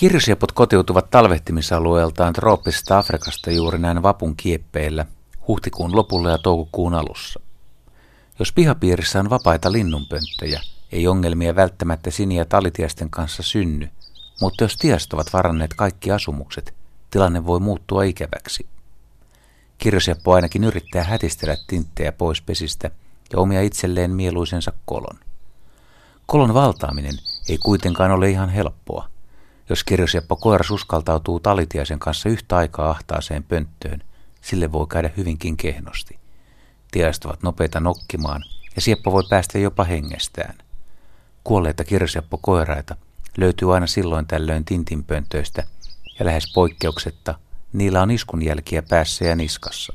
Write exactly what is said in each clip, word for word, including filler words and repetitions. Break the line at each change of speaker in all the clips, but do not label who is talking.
Kirjosiepot kotiutuvat talvehtimisalueeltaan trooppisesta Afrikasta juuri näin vapun kieppeillä huhtikuun lopulla ja toukokuun alussa. Jos pihapiirissä on vapaita linnunpönttöjä, ei ongelmia välttämättä sini- ja talitiaisten kanssa synny, mutta jos tiast ovat varanneet kaikki asumukset, tilanne voi muuttua ikäväksi. Kirjosieppo ainakin yrittää hätistellä tinttejä pois pesistä ja omia itselleen mieluisensa kolon. Kolon valtaaminen ei kuitenkaan ole ihan helppoa. Jos kirjosieppo koiras uskaltautuu talitiaisen kanssa yhtä aikaa ahtaaseen pönttöön, sille voi käydä hyvinkin kehnosti. Tiaiset ovat nopeita nokkimaan ja sieppo voi päästä jopa hengestään. Kuolleita kirjosieppo-koiraita löytyy aina silloin tällöin tintinpöntöistä ja lähes poikkeuksetta niillä on iskunjälkiä päässä ja niskassa.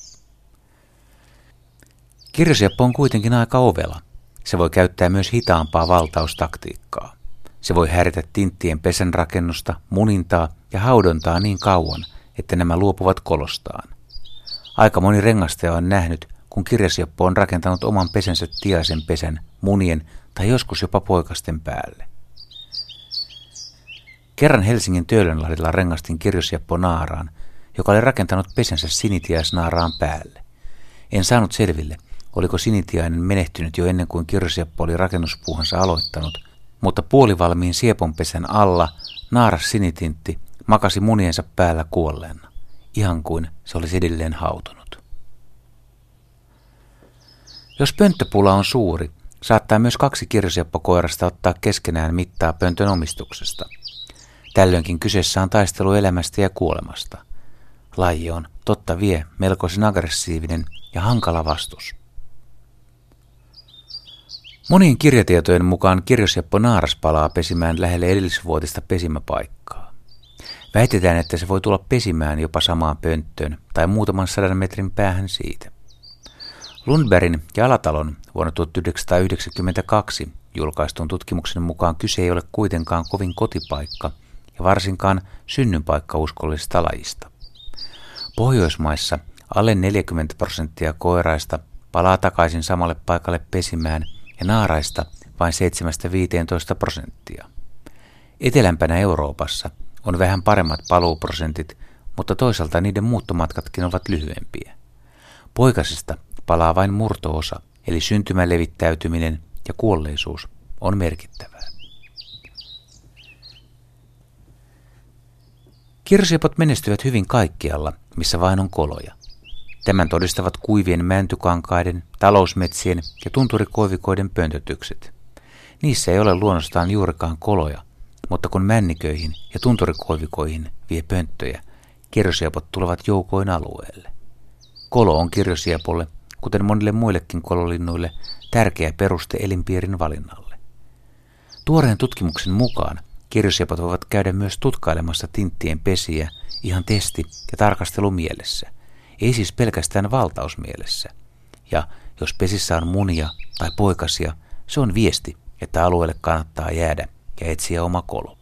Kirjosieppo on kuitenkin aika ovela. Se voi käyttää myös hitaampaa valtaustaktiikkaa. Se voi häiritä tinttien pesänrakennusta, munintaa ja haudontaa niin kauan, että nämä luopuvat kolostaan. Aika moni rengastaja on nähnyt, kun kirjosieppo on rakentanut oman pesensä tiaisen pesän, munien tai joskus jopa poikasten päälle. Kerran Helsingin Töölönlahdella rengastin kirjosieppo naaraan, joka oli rakentanut pesensä sinitiaisnaaraan päälle. En saanut selville, oliko sinitiainen menehtynyt jo ennen kuin kirjosieppo oli rakennuspuuhansa aloittanut, mutta puolivalmiin sieponpesän alla naaras sinitintti makasi muniensa päällä kuolleena, ihan kuin se olisi edelleen hautunut. Jos pönttöpula on suuri, saattaa myös kaksi kirjosieppokoirasta ottaa keskenään mittaa pöntön omistuksesta. Tällöinkin kyseessä on taistelu elämästä ja kuolemasta. Laji on, totta vie, melkoisen aggressiivinen ja hankala vastus. Monien kirjatietojen mukaan kirjosieppo naaras palaa pesimään lähelle edellisvuotista pesimäpaikkaa. Väitetään, että se voi tulla pesimään jopa samaan pönttöön tai muutaman sadan metrin päähän siitä. Lundbergin ja Alatalon vuonna tuhatyhdeksänsataayhdeksänkymmentäkaksi julkaistun tutkimuksen mukaan kyse ei ole kuitenkaan kovin kotipaikka ja varsinkaan synnynpaikka uskollisesta lajista. Pohjoismaissa alle neljäkymmentä prosenttia koiraista palaa takaisin samalle paikalle pesimään ja naaraista vain seitsemästä viiteentoista prosenttia. Etelämpänä Euroopassa on vähän paremmat paluuprosentit, mutta toisaalta niiden muuttomatkatkin ovat lyhyempiä. Poikasista palaa vain murto-osa, eli syntymälevittäytyminen ja kuolleisuus on merkittävää. Kirjosiepot menestyvät hyvin kaikkialla, missä vain on koloja. Tämän todistavat kuivien mäntykankaiden, talousmetsien ja tunturikoivikoiden pöntötykset. Niissä ei ole luonnostaan juurikaan koloja, mutta kun männiköihin ja tunturikoivikoihin vie pönttöjä, kirjosiepot tulevat joukoin alueelle. Kolo on kirjosiepolle, kuten monille muillekin kololinnuille, tärkeä peruste elinpiirin valinnalle. Tuoreen tutkimuksen mukaan kirjosiepot voivat käydä myös tutkailemassa tinttien pesiä ihan testi- ja tarkastelumielessä. Ei siis pelkästään valtausmielessä. Ja jos pesissä on munia tai poikasia, se on viesti, että alueelle kannattaa jäädä ja etsiä oma kolo.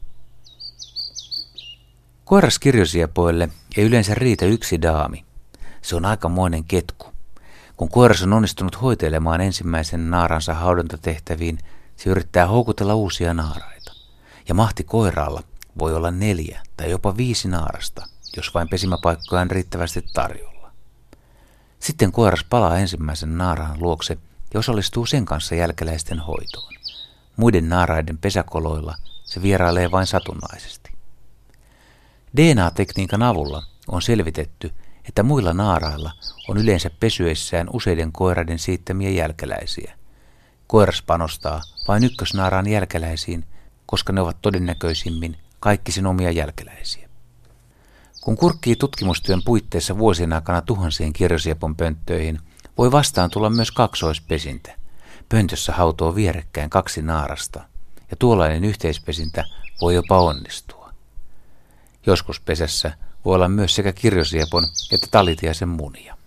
Koiras kirjosiepoille ei yleensä riitä yksi daami. Se on aikamoinen ketku. Kun koiras on onnistunut hoitelemaan ensimmäisen naaransa haudontatehtäviin, se yrittää houkutella uusia naaraita. Ja mahti koiraalla voi olla neljä tai jopa viisi naarasta, jos vain pesimäpaikkoja on riittävästi tarjolla. Sitten koiras palaa ensimmäisen naaraan luokse ja osallistuu sen kanssa jälkeläisten hoitoon. Muiden naaraiden pesäkoloilla se vierailee vain satunnaisesti. D N A-tekniikan avulla on selvitetty, että muilla naarailla on yleensä pesyessään useiden koiraiden siittämiä jälkeläisiä. Koiras panostaa vain ykkösnaaraan jälkeläisiin, koska ne ovat todennäköisimmin kaikki sen omia jälkeläisiä. Kun kurkkii tutkimustyön puitteissa vuosien aikana tuhansien kirjosiepon pönttöihin, voi vastaan tulla myös kaksoispesintä. Pöntössä hautoo vierekkäin kaksi naarasta, ja tuollainen yhteispesintä voi jopa onnistua. Joskus pesässä voi olla myös sekä kirjosiepon että talitiaisen munia.